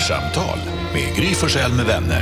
Kvartsamtal med Gry Forssell med vänner.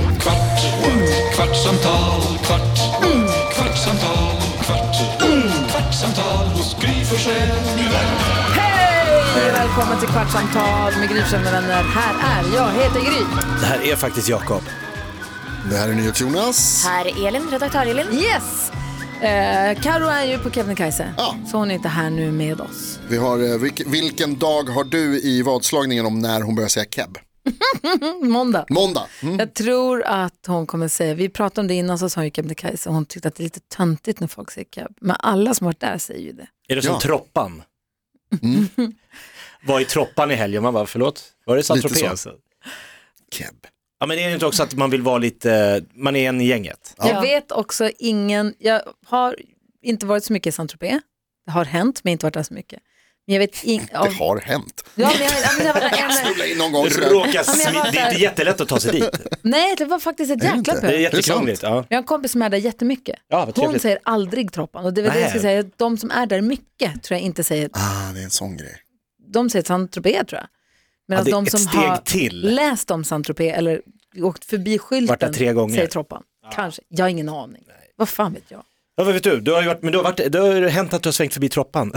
Kvartsamtal, kvartsamtal, kvartsamtal hos Gry Forssell med vänner. Hej! Välkommen till Kvartsamtal med Gry Forssell med vänner. Här är jag, heter Gry. Det här är faktiskt Jakob. Det här är NyhetsJonas. Här är Elin, redaktör Elin. Yes! Karo är ju på Kebnekaise, så hon är inte här nu med oss. Vi har, vilken dag har du i vadslagningen om när hon börjar säga keb? Måndag. Mm. Jag tror att hon kommer säga, vi pratade om det innan, så sa ju Kebnekaise, hon tyckte att det är lite töntigt när folk säger keb. Men alla som har varit där säger ju det. Är det som Troppan? Var i Troppan i helgen, man bara, förlåt, var det Saint-Tropez alltså? Keb. Ja, men det är ju inte också att man vill vara lite, man är en i gänget. Ja. Jag vet också jag har inte varit så mycket i Saint-Tropez. Det har hänt, men inte varit där så mycket. Men jag vet Det har hänt. Ja, men jag var där någon gång det är inte jättelätt att ta sig dit. Nej, det var faktiskt ett jäkla Det är jättekrångligt. Ja. Jag har en kompis som är där jättemycket. Ja, hon säger aldrig Troppan. Och det är väl det jag ska säga. De som är där mycket tror jag inte säger. Det är en sån grej. De säger Saint-Tropez, tror jag. Men de som har läst om Saint-Tropez eller åkt förbi skylten säger Troppan. Kanske. Jag har ingen aning. Nej. Vad fan vet jag? Ja, vad vet du? Det har hänt att du har svängt förbi Troppan.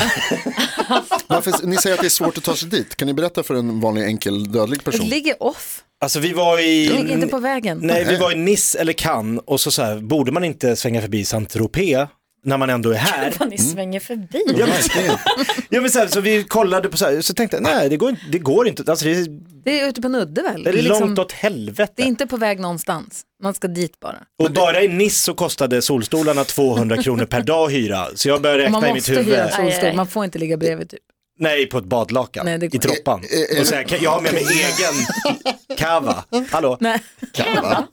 Ni säger att det är svårt att ta sig dit. Kan ni berätta för en vanlig enkel dödlig person? Det ligger off. Alltså vi var i... Det ligger inte på vägen. Nej, vi var i Nice eller Cannes och så här, borde man inte svänga förbi Saint-Tropez när man ändå är här? Vad ni svänger förbi. Ja, men så vi kollade på så tänkte jag, nej, det går inte. Alltså, det är ute på Nudde väl? Det är långt åt helvete. Det är inte på väg någonstans. Man ska dit bara. Och bara i Nice så kostade solstolarna 200 kronor per dag hyra. Så jag började räkna i mitt huvud. Man måste hyra solstol, man får inte ligga bredvid typ. Nej, på ett badlakan i Troppan. Och så här, jag har med mig egen kava. Hallå? Nej. Kava?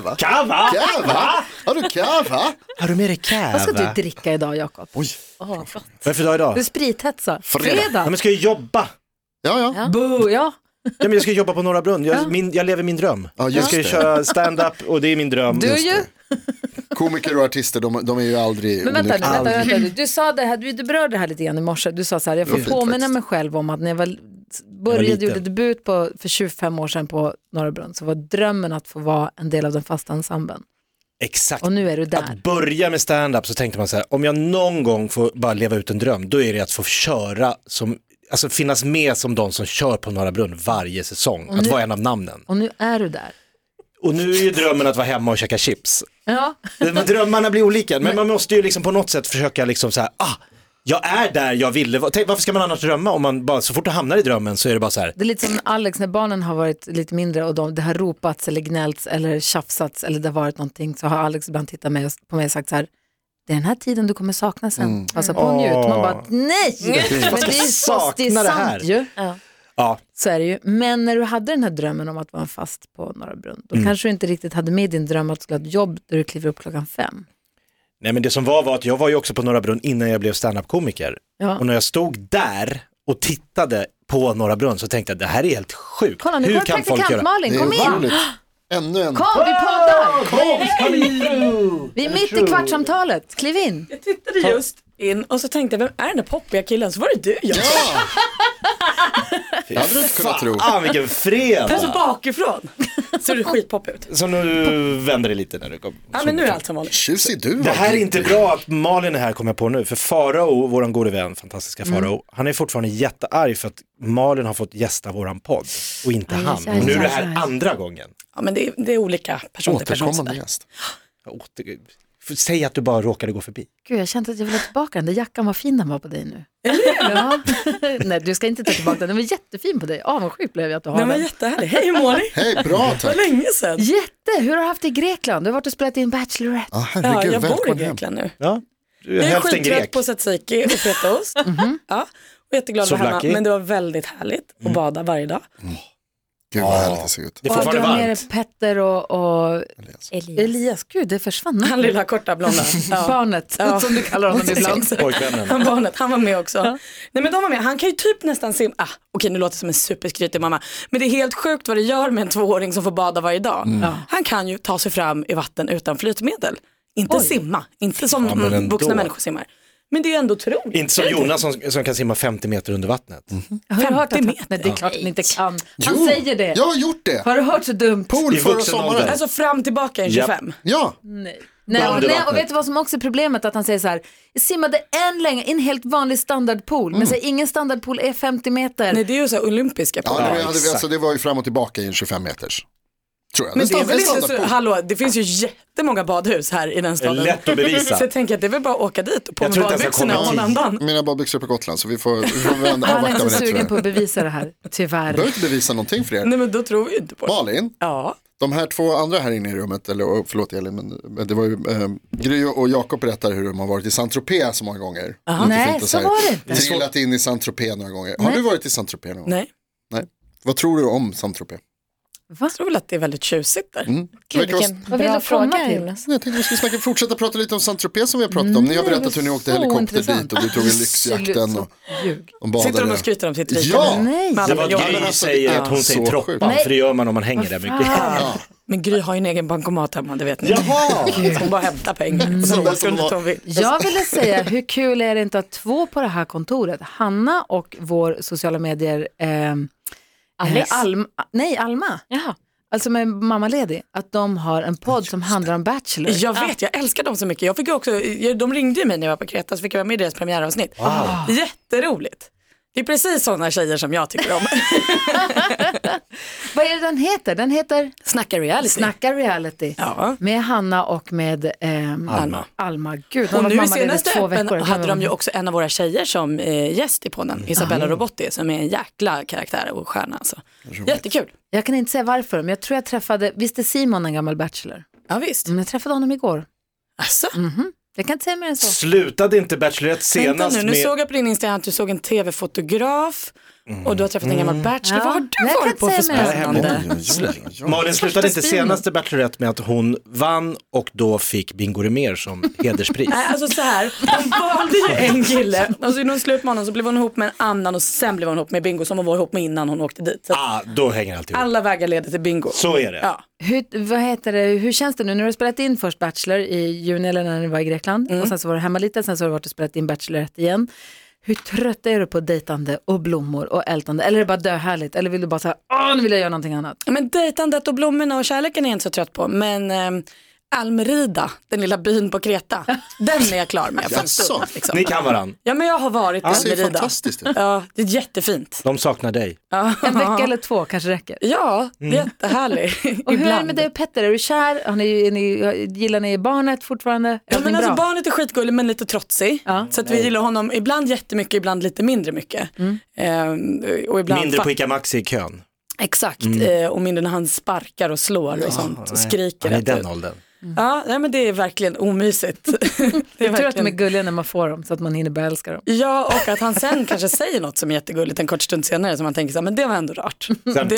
Har du kava? Har du med dig kava? Vad ska du dricka idag, Jakob? Oj. Vad är för dag idag? Du sprithetsa. Fredag. Ja, men ska jag jobba? Ja. Boo, ja. Ja, men jag ska jobba på Norra Brunn. Jag lever min dröm. Ja, jag ska ju köra stand-up och det är min dröm. Du ju. Komiker och artister, de är ju aldrig... Men vänta. Du sa det här, du berörde det här lite grann i morse. Du sa så här, jag får påminna mig själv om att när jag gjorde debut för 25 år sedan på Norra Brunn, så var drömmen att få vara en del av den fasta ensemblen. Exakt. Och nu är du där. Att börja med stand-up så tänkte man så här, om jag någon gång får bara leva ut en dröm, då är det att få köra alltså finnas med som de som kör på Norra Brunn varje säsong. Att vara en av namnen. Och nu är du där. Och nu är ju drömmen att vara hemma och käka chips. Ja. Drömmarna blir olika, men man måste ju liksom på något sätt försöka liksom så här, jag är där jag ville. Varför ska man annars drömma om man bara, så fort du hamnar i drömmen så är det bara så här. Det är lite som Alex, när barnen har varit lite mindre och det har ropats eller gnällts eller tjafsats eller det har varit någonting, så har Alex ibland tittat på mig och sagt så här: det är den här tiden du kommer sakna sen. Alltså på njut. Man bara, nej! Men det är sant ju. Ja. Så är det ju. Men när du hade den här drömmen om att vara fast på Norra Brunn, då kanske du inte riktigt hade med din dröm att du skulle ha ett jobb där du kliver upp 5:00. Nej, men det som var att jag var ju också på Norra Brunn innan jag blev stand-up-komiker. Ja. Och när jag stod där och tittade på Norra Brunn så tänkte jag, det här är helt sjukt. Kolla, nu kan praktikant Malin, kom in! Ännu en. Kom, vi poddar! Vi är mitt i kvartsamtalet, kliv in. Jag tittade just in och så tänkte jag, vem är den där poppiga killen? Så var det du, jag. Det hade du inte kunnat tro. Vilken fredag! Men så bakifrån ser du skitpopp ut. Så nu vänder det lite när du kom. Ja, men nu är allt som vanligt. Tjusig du. Det här är inte bra att Malin är här, kommer jag på nu. För Farao, våran gode vän, fantastiska Farao, han är fortfarande jättearg för att Malin har fått gästa våran podd och inte han. Och nu är det här andra gången. Ja, men det är olika personer. Återkommande gäst. Säg att du bara råkade gå förbi. Gud, jag kände att jag ville tillbaka den där jackan, vad fin den var på dig nu. Ja. Nej, du ska inte ta tillbaka den var jättefin på dig. Vad sjukt blev jag att du har den. Den var jättehärlig. Hej, hur mår ni? Hej, bra tack. Det var länge sedan. Hur har du haft det i Grekland? Du har varit och spelat in Bachelorette. Herregud, jag bor i Grekland nu. Ja, du är skittrött på tzatziki och fetaost. Ja, och jätteglad att vara hemma. Men det var väldigt härligt att bada varje dag. Gud vad härligt det ser ut. Det är fortfarande varmt. Du har med Petter och Elias. Gud, det försvann. Han lilla korta blonda. Barnet, som du kallar honom ibland. Pojkvännen. Barnet, han var med också. Nej, men de var med. Han kan ju typ nästan simma. Okej, nu låter det som en superskrytig mamma. Men det är helt sjukt vad det gör med en 2-åring som får bada varje dag. Han kan ju ta sig fram i vatten utan flytmedel. Inte simma. Inte som vuxna människor simmar. Men det är ändå otroligt. Inte som Jonas som kan simma 50 meter under vattnet. Har du hört 50 meter? Nej, det är klart att han inte kan. Han Jo, säger det. Jag har gjort det. Har du hört så dumt? Pool I förra vuxen sommaren. ålder. Alltså fram tillbaka i 25. Ja. Nej, Under vattnet. och vet du vad som också är problemet? Att han säger så här, jag simmade i en helt vanlig standardpool, men så här, ingen standardpool är 50 meter. Nej, det är ju så här olympiska Ja, pooler. alltså, det var ju fram och tillbaka i en 25 meters. Tror jag. Men det är en väl inte så, standardpool. hallå, det finns ju jättemånga badhus här i den staden. Lätt att bevisa. Så jag tänker att det är väl bara att åka dit och på Jag med tror inte ens jag badbyxorna och kommer hålla andan. Mina badbyxor är på Gotland så vi får Han är avvakta inte med så det. sugen på Jag att bevisa det här, tyvärr. behöver inte bevisa någonting för er. Nej, men då tror vi inte på det. Malin, Ja. de här två andra här inne i rummet, eller förlåt Elin, men det var ju Gry och Jakob berättar hur de har varit i Saint-Tropez så många gånger. Lite Nej, fint och så här, var det inte. Trillat in i Saint-Tropez några gånger. Har du varit i Saint-Tropez någon gång? Nej, Nej. Vad tror du om Saint-Tropez? jag tror väl att det är väldigt tjusigt där. Gud, Verkar vilken Vad vill bra du komma fråga, till? Jonas. Jag tänkte vi skulle fortsätta prata lite om Saint-Tropez som vi har pratat om. Ni har berättat hur ni åkte helikopter dit och du tog en lyxjakten och badade. Sitter de och skryter om sitt rike? Ja! Nej. Med Det alla var jobb. Gry säger att hon säger så troppan, sjukt. för det gör man om man hänger där mycket. Men Gry har ju en egen bankomat hemma, det vet ni. Jaha! Hon bara hämtar pengar. Så hon skulle inte hon vill. Jag ville säga, hur kul är det inte att två på det här kontoret, Hanna och vår sociala medier Alice? Alma, Jaha. alltså med mammaledig, att de har en podd som handlar om Bachelor. Jag vet, jag älskar dem så mycket. Jag fick ju också, de ringde ju mig när jag var på Kreta, så fick jag vara med i deras premiäravsnitt. Jätteroligt. Det är precis sådana tjejer som jag tycker om. Vad är det den heter? Den heter Snacka reality. Snacka reality. Ja. Med Hanna och med Alma. Gud, Och hon nu var i mammaledig senaste 2 öppen veckor. hade de ju också en av våra tjejer som gäst i podden, Isabella Robotti, som är en jäkla karaktär och stjärna. Alltså. Jättekul. Jag kan inte säga varför, men jag tror jag träffade, visst är Simon en gammal Bachelor? Ja visst. Men jag träffade honom igår. Alltså. Jag kan inte säga mer än så. Slutade inte Bachelorette senast Vänta nu med... såg jag på din Instagram att du såg en tv-fotograf och du har träffat en gammal bachelor. Ja. Vad har du Nej, jag varit kan på för inte säga mer. spännande? Malin slutade inte Stina. senaste Bachelorette med att hon vann och då fick Bingo Rimér som hederspris. Nej, alltså så här, hon valde ju en kille och så gjorde hon slut med honom, så blev hon ihop med en annan och sen blev hon ihop med Bingo som hon var ihop med innan hon åkte dit. Så att Då hänger allt ihop. alla vägar leder till Bingo. Så är det. Ja. Hur känns det nu när du har spelat in först Bachelor i juni eller när ni var i Grekland och sen så var du hemma lite, sen så har du varit och spelat in Bachelorette igen. Hur trött är du på dejtande och blommor och ältande? Eller är det bara döhärligt? Eller vill du bara säga, nu vill jag göra någonting annat? Men dejtandet och blommorna och kärleken är jag inte så trött på, men Almerida, den lilla byn på Kreta, den är jag klar med för en stund. Liksom. Ni kan varann. Ja, men jag har varit i Det ser Almerida. fantastiskt ut. Ja, det är jättefint. De saknar dig. En vecka eller 2 kanske räcker. Ja, jättehärlig. Och hur är det med dig och Petter? Är du kär? Gillar ni barnet fortfarande? Ja, men alltså, barnet är skitgullig men lite trotsig. Ja. Så att vi gillar honom ibland jättemycket, ibland lite mindre mycket. Och ibland Mindre på Ica Maxi i kön. Exakt, och mindre när han sparkar och slår och sånt och skriker. Han är i den åldern. Ja, nej, men det är verkligen omysigt. Det är Jag tror att de är gulliga när man får dem så att man hinner börja älska dem. Ja, och att han sen kanske säger något som är jättegulligt en kort stund senare som man tänker så här, men det var ändå rart.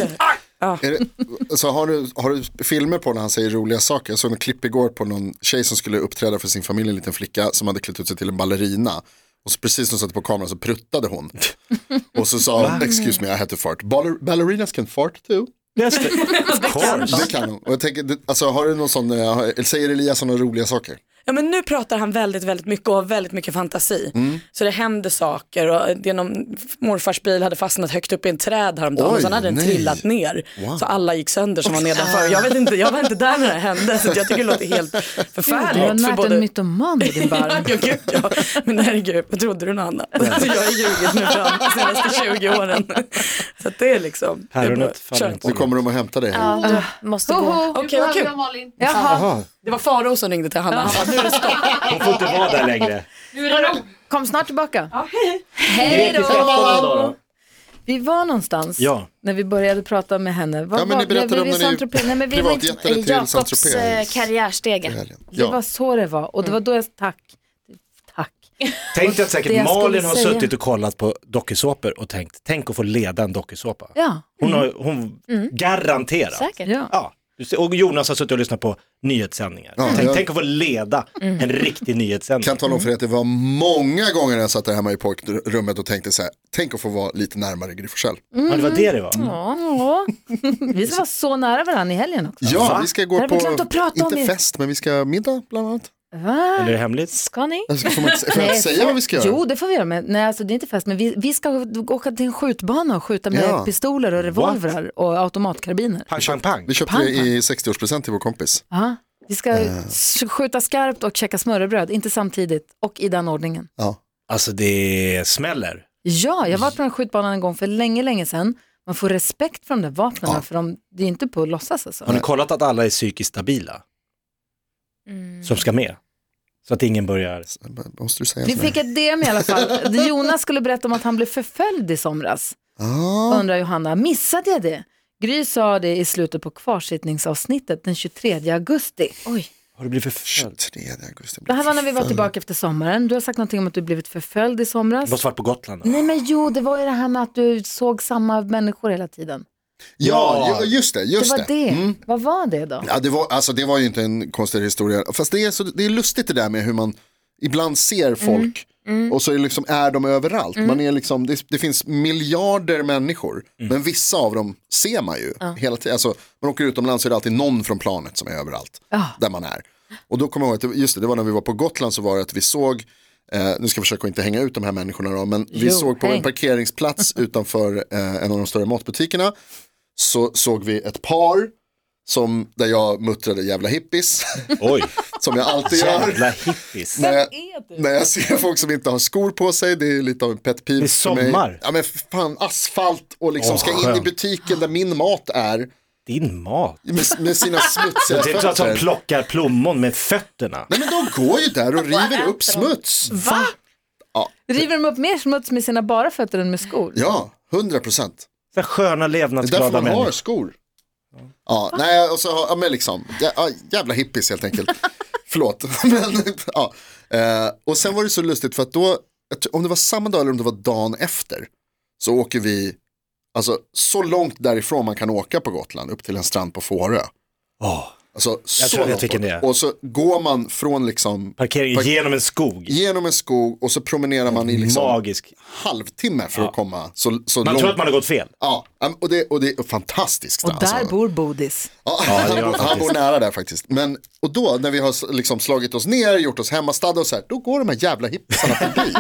Så har du filmer på när han säger roliga saker? Jag såg en klipp igår på någon tjej som skulle uppträda för sin familj, en liten flicka som hade klätt ut sig till en ballerina. Och så precis när hon satte på kameran så pruttade hon. Och så sa hon, excuse me, I had to fart. Ballerinas can fart too. Just det. Det kan hon. Och jag tänker, alltså, har du någon sån, säger Elias några roliga saker? Ja, men nu pratar han väldigt, väldigt mycket och har väldigt mycket fantasi. Så det händer saker och det är någon morfars bil hade fastnat högt upp i en träd häromdagen och sen hade den trillat ner. Så alla gick sönder som var nedanför. Jag var inte där när det hände så jag tycker det låter helt förfärligt. Du har närt en mytoman med din barn. Ja, gud, ja. Men herregud, vad trodde du något annat? Alltså, jag har ljugit mig fram de senaste 20 åren. Så att det är liksom... Päronet faller inte. Nu kommer de att hämta dig. Ja, du måste gå. Okej, vad kul. Jaha. Det var Faro som ringde till Hanna. Han bara, nu är det stopp. Hon får inte vara där längre. Kom snart tillbaka. Ja, hej. Hej Grekiska afton då. Vi var någonstans när vi började prata med henne. Ja, men ni berättade om när ni privatjetade till Jakobs Saint-Tropez. karriärstege. Det var så det var. Och det var då jag tack. Tänk dig att Det säkert jag skulle Malin har säga. suttit och kollat på dokusåpor och tänkt, tänk att få leda en dokusåpa. Ja. Hon garanterat. Säkert. Ja. Ja. Och Jonas har suttit och lyssnat på nyhetssändningar. Tänk att få leda en riktig nyhetssändning. Kan tala om för er att det var många gånger när jag satt där hemma i pojkrummet och tänkte så här, tänk att få vara lite närmare Gry Forssell. Ja, det var det var. Ja. Vi ska vara så nära varandra i helgen också. Ja, vi ska gå Det har vi på, glömt att prata om inte i- fest, men vi ska middag bland annat. Va? Eller är det hemligt? Ska ni? Alltså, får jag säga vad vi ska göra? Jo, det får vi göra. Men, nej, alltså, det är inte fest. Men vi ska åka till en skjutbana och skjuta med pistoler och revolvrar och automatkarbiner. Pang, pang, pang. Vi köpte det i 60-årspresent till vår kompis. Aha. Vi ska skjuta skarpt och käka smörrebröd. Inte samtidigt och i den ordningen. Ja. Alltså det smäller. Ja, jag var på den skjutbanan en gång för länge sedan. Man får respekt för de där vapnen, för det är inte på att låtsas alltså. Har ni kollat att alla är psykiskt stabila? Som ska med? Så att ingen börjar... Måste du säga Vi fick ett DM i alla fall. Jonas skulle berätta om att han blev förföljd i somras. Undrar Johanna, missade jag det? Gry sa det i slutet på kvarsittningsavsnittet den 23 augusti. Oj. Har du blivit förföljd? 23 augusti. Det här var när vi var tillbaka efter sommaren. Du har sagt någonting om att du blivit förföljd i somras. Du måste varit på Gotland då. Nej men jo, det var ju det här med att du såg samma människor hela tiden. Ja, just det. Det var det. Vad var det då? Ja, det var ju inte en konstig historia. Fast det är lustigt det där med hur man ibland ser folk och så är de överallt. Man är liksom, det finns miljarder människor, men vissa av dem ser man ju hela tiden. Alltså, man åker utomlands så är det alltid någon från planet som är överallt där man är. Och då kommer jag ihåg att just det var när vi var på Gotland, så var det att vi såg, nu ska jag försöka inte hänga ut de här människorna då, men vi såg på en parkeringsplats utanför en av de större matbutikerna, så såg vi ett par där jag muttrade jävla hippies. Oj. Som jag alltid gör. Jävla hippies. När jag ser folk som inte har skor på sig, det är lite av en pet peeve. Det är sommar. Ja men fan, asfalt och liksom ska in i butiken där min mat är. Din mat? Med sina smutsiga fötter. Det är att de plockar plommon med fötterna. Nej men de går ju där och river upp smuts. Va? Ja. River de upp mer smuts med sina bara fötter än med skor? Ja, 100%. Så sköna levnadsglada människor. Det är därför man har skor. Ja, nej, och så men liksom jävla hippies helt enkelt. Förlåt. Men, ja. Och sen var det så lustigt för att då, om det var samma dag eller om det var dagen efter, så åker vi alltså så långt därifrån man kan åka på Gotland upp till en strand på Fårö. Alltså, jag tror jag tycker det. Och så går man från liksom parkering genom en skog. Genom en skog och så promenerar man i liksom magisk halvtimme för att komma så man långt. tror att man har gått fel. Ja, och det är fantastiskt. Och där bor Bodis. Ja, han bor nära där faktiskt. Men, och då när vi har liksom slagit oss ner, gjort oss hemmastadda och så här, då går de här jävla hippisarna förbi.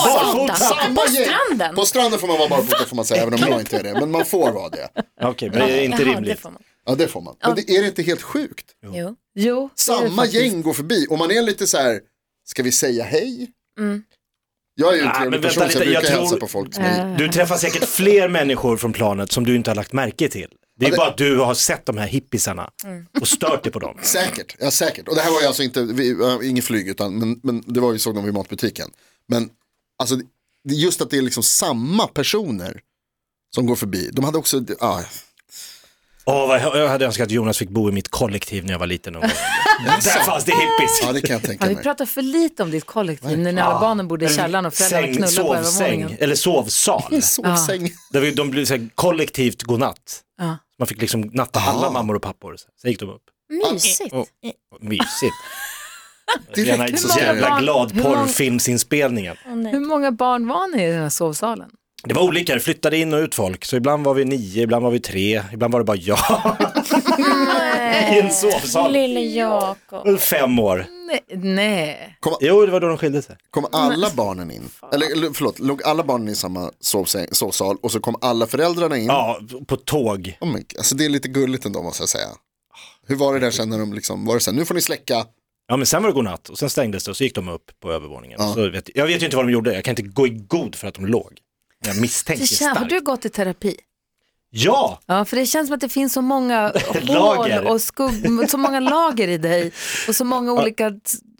På stranden? På stranden får man vara barfota får man säga, även om jag inte är det. Men man får vara det. Okej, men det är inte rimligt. Ja, det får man. Men är det inte helt sjukt? Jo. Samma gäng går förbi och man är lite så här, ska vi säga hej? Jag är ju en trevlig person, så jag brukar hälsa på folk. Du träffar säkert fler människor från planet som du inte har lagt märke till. Det är bara att du har sett de här hippisarna och stört dig på dem. Säkert, ja säkert. Och det här var ju alltså inte, ingen flyg, utan, men det var ju såg de vid matbutiken. Men alltså, just att det är liksom samma personer som går förbi. De hade också, jag hade önskat att Jonas fick bo i mitt kollektiv när jag var liten. Där fanns det hippies. Ja, det kan jag tänka mig. Vi pratar för lite om ditt kollektiv när alla barnen bodde i källaren och föräldrarna knullade på övervåningen. Eller sovsal. Sovsäng. Där de blev så här, kollektivt godnatt. Man fick liksom natta alla mammor och pappor. Så gick de upp. Mysigt. Mysigt. Direkt så jävla glad porrfilmsinspelningen. Hur många barn var ni i den här sovsalen? Det var olika, det flyttade in och ut folk. Så ibland var vi 9, ibland var vi 3, ibland var det bara jag. I en sovsal. Lille Jakob. 5 år. Nej. Jo, det var då de skilde sig. Kom alla barnen in? Eller förlåt, låg alla barnen i samma sovsal och så kom alla föräldrarna in? Ja, på tåg. Alltså det är lite gulligt ändå, måste jag säga. Hur var det där sen när de liksom, var det sen, nu får ni släcka? Ja, men sen var det godnatt och sen stängdes det och så gick de upp på övervåningen. Så jag vet ju inte vad de gjorde, jag kan inte gå i god för att de låg. Jag misstänker starkt. Har du gått i terapi? Ja! Ja, för det känns som att det finns så många hål och så många lager i dig och så många olika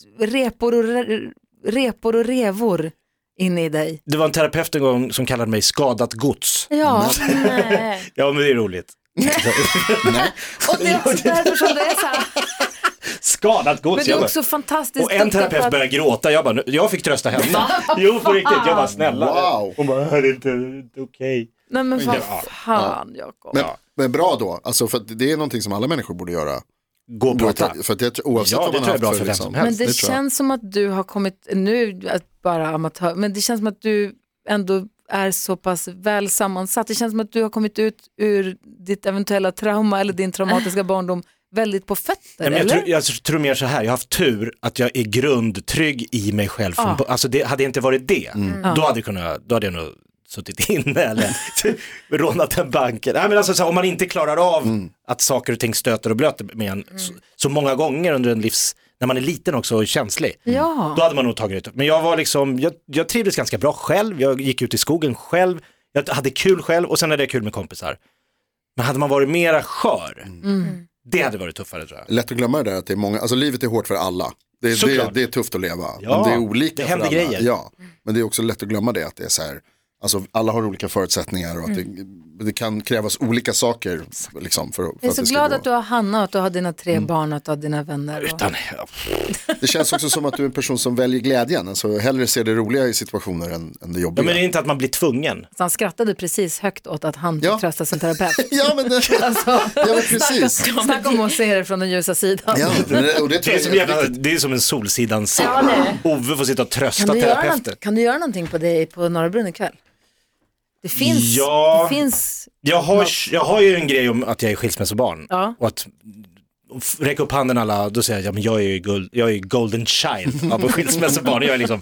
repor och revor inne i dig. Det var en terapeut en gång som kallade mig skadat gods. Ja. Ja, men det är roligt. Och det är också därför som det är så här. Skadat gods. Men det är också fantastiskt. Och en terapeut började gråta. Jag fick trösta henne. Jo, på riktigt. Jag var snälla. Wow. Hon bara, det är inte okej. Nej, men vad fan, Jakob. Men bra då. Alltså, för det är någonting som alla människor borde göra. Gå och prata. För det, oavsett vad man har bra för liksom. Men det känns som att du har kommit, nu bara amatör, men det känns som att du ändå är så pass väl sammansatt. Det känns som att du har kommit ut ur ditt eventuella trauma eller din traumatiska barndom väldigt på fötter, Nej, eller? jag tror mer så här, jag har haft tur att jag är grundtrygg i mig själv. Alltså det hade inte varit det, då hade jag nog suttit inne eller rånat en bank. Nej, men alltså, så här, om man inte klarar av att saker och ting stöter och blöter med en så många gånger under en när man är liten också och känslig, då hade man nog tagit det. Men jag var liksom, jag trivdes ganska bra själv, jag gick ut i skogen själv, jag hade kul själv och sen hade jag kul med kompisar. Men hade man varit mera skör, det hade varit tuffare, tror jag. Lätt att glömma det där att det är många, alltså livet är hårt för alla. Det är tufft att leva, ja, men det är olika det för händer alla. grejer. Ja, men det är också lätt att glömma det, att det är så här, alltså alla har olika förutsättningar och att det kan krävas olika saker liksom, för jag är att så det ska glad gå. att du har Hanna och att du har dina 3 barn och att du har dina vänner. Det känns också som att du är en person som väljer glädjen, alltså hellre ser det roliga i situationer än det jobbiga. Ja, men det är inte att man blir tvungen. Så han skrattade precis högt åt att han fick trösta sin terapeut. Ja, men precis. Snacka om att se det från den ljusa sidan. Ja, och det Det är som en Solsidan-scen. Ja, Ove får sitta och trösta terapeuter. Kan du göra någonting på det på Norra Brunn ikväll? Det finns... Jag har ju en grej om att jag är skilsmässobarn. Ja. Och att räcka upp handen alla, då säger jag, ja, men jag är ju golden child av skilsmässobarn. Jag är liksom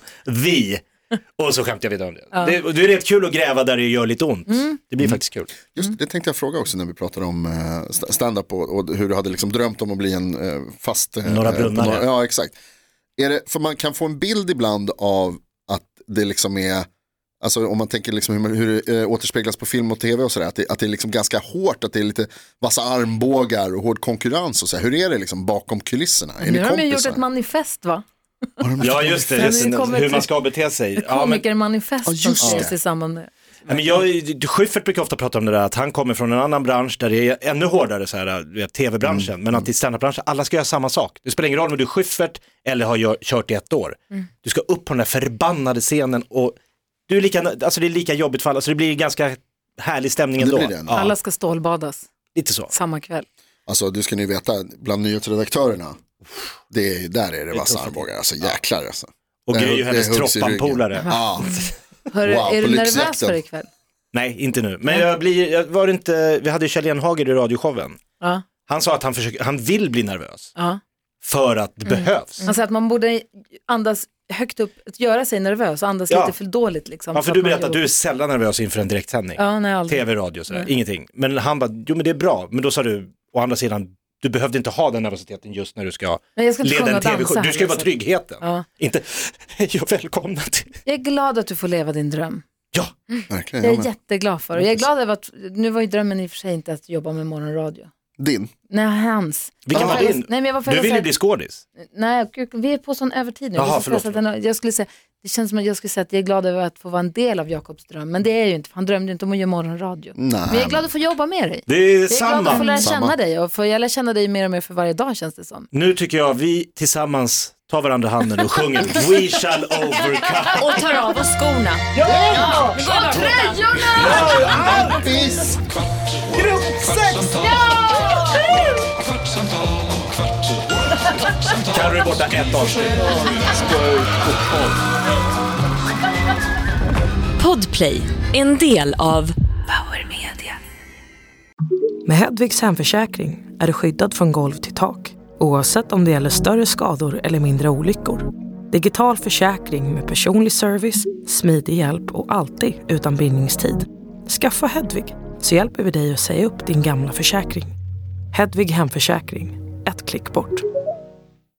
och så skämtar jag lite om det. Ja. Det är rätt kul att gräva där det gör lite ont. Det blir faktiskt kul. Just det tänkte jag fråga också när vi pratade om stand-up och hur du hade liksom drömt om att bli en fast... Norra Brunnar. Ja, exakt. För man kan få en bild ibland av att det liksom är, alltså om man tänker liksom hur det återspeglas på film och tv och sådär, att det är liksom ganska hårt, att det är lite vassa armbågar och hård konkurrens och så här. Hur är det liksom bakom kulisserna? Är ni nu har de kompisar? gjort ett manifest, va? Ja, just det. Hur man ska bete sig. Komikermanifest som skrivs i samband med. Men Schyffert brukar ofta prata om det där, att han kommer från en annan bransch där det är ännu hårdare, så här, tv-branschen, men att i stand-up-branschen, alla ska göra samma sak. Det spelar ingen roll om du är Schyffert eller har kört i 1 år. Du ska upp på den här förbannade scenen och det är lika jobbigt för alla, så det blir ganska härlig stämning ändå. Ja. Alla ska stålbadas. Lite så. Samma kväll. Alltså du ska ni veta, bland nyhetsredaktörerna, där är det vassa armbågar, alltså jäklar alltså. Och Gry är ju hennes troppanpolare. Ja. Är du nervös för ikväll? Nej, inte nu. Men vi hade ju Kjell Enhager i radioshowen. Ja. Han sa att han vill bli nervös. Ja. För att det behövs. Han sa att man borde andas högt upp, att göra sig nervös och andas lite för dåligt liksom. Ja, för du berättade att du är sällan nervös inför en direktsändning. Ja, nej, aldrig. TV, radio, sådär, ingenting. Men han bara, jo men det är bra. Men då sa du, å andra sidan, du behövde inte ha den nervositeten just när du ska leda en tv-show. Du ska ju vara tryggheten. Ja. Inte, jag välkomna till. Jag är glad att du får leva din dröm. Ja, verkligen. Jag är jätteglad för. Och jag är glad över att, nu var ju drömmen i och för sig inte att jobba med morgonradio. Din? Nej, hans. Vilken var din? Nej, men du vill ju bli skådis. Nej, vi är på sån övertid nu. Jaha, jag skulle säga, det känns som att jag skulle säga att jag är glad över att få vara en del av Jakobs dröm. Men det är ju inte, för han drömde inte om att göra morgonradio. Nej. Men jag är glad att få jobba med dig. Det är jag samma. är glad att få lära känna dig. Och jag lär känna dig mer och mer för varje dag, känns det som. Nu tycker jag vi tillsammans tar varandra handen och sjunger We shall overcome. Och tar av oss skorna. Ja! Och tröjorna! Alvis! Gruppsex! Carro är borta 1 avsnitt. Podplay, en del av Power Media. Med Hedvigs hemförsäkring är du skyddad från golv till tak, oavsett om det gäller större skador eller mindre olyckor. Digital försäkring med personlig service, smidig hjälp och alltid utan bindningstid. Skaffa Hedvig, så hjälper vi dig att säga upp din gamla försäkring. Hedvig hemförsäkring, 1 klick bort.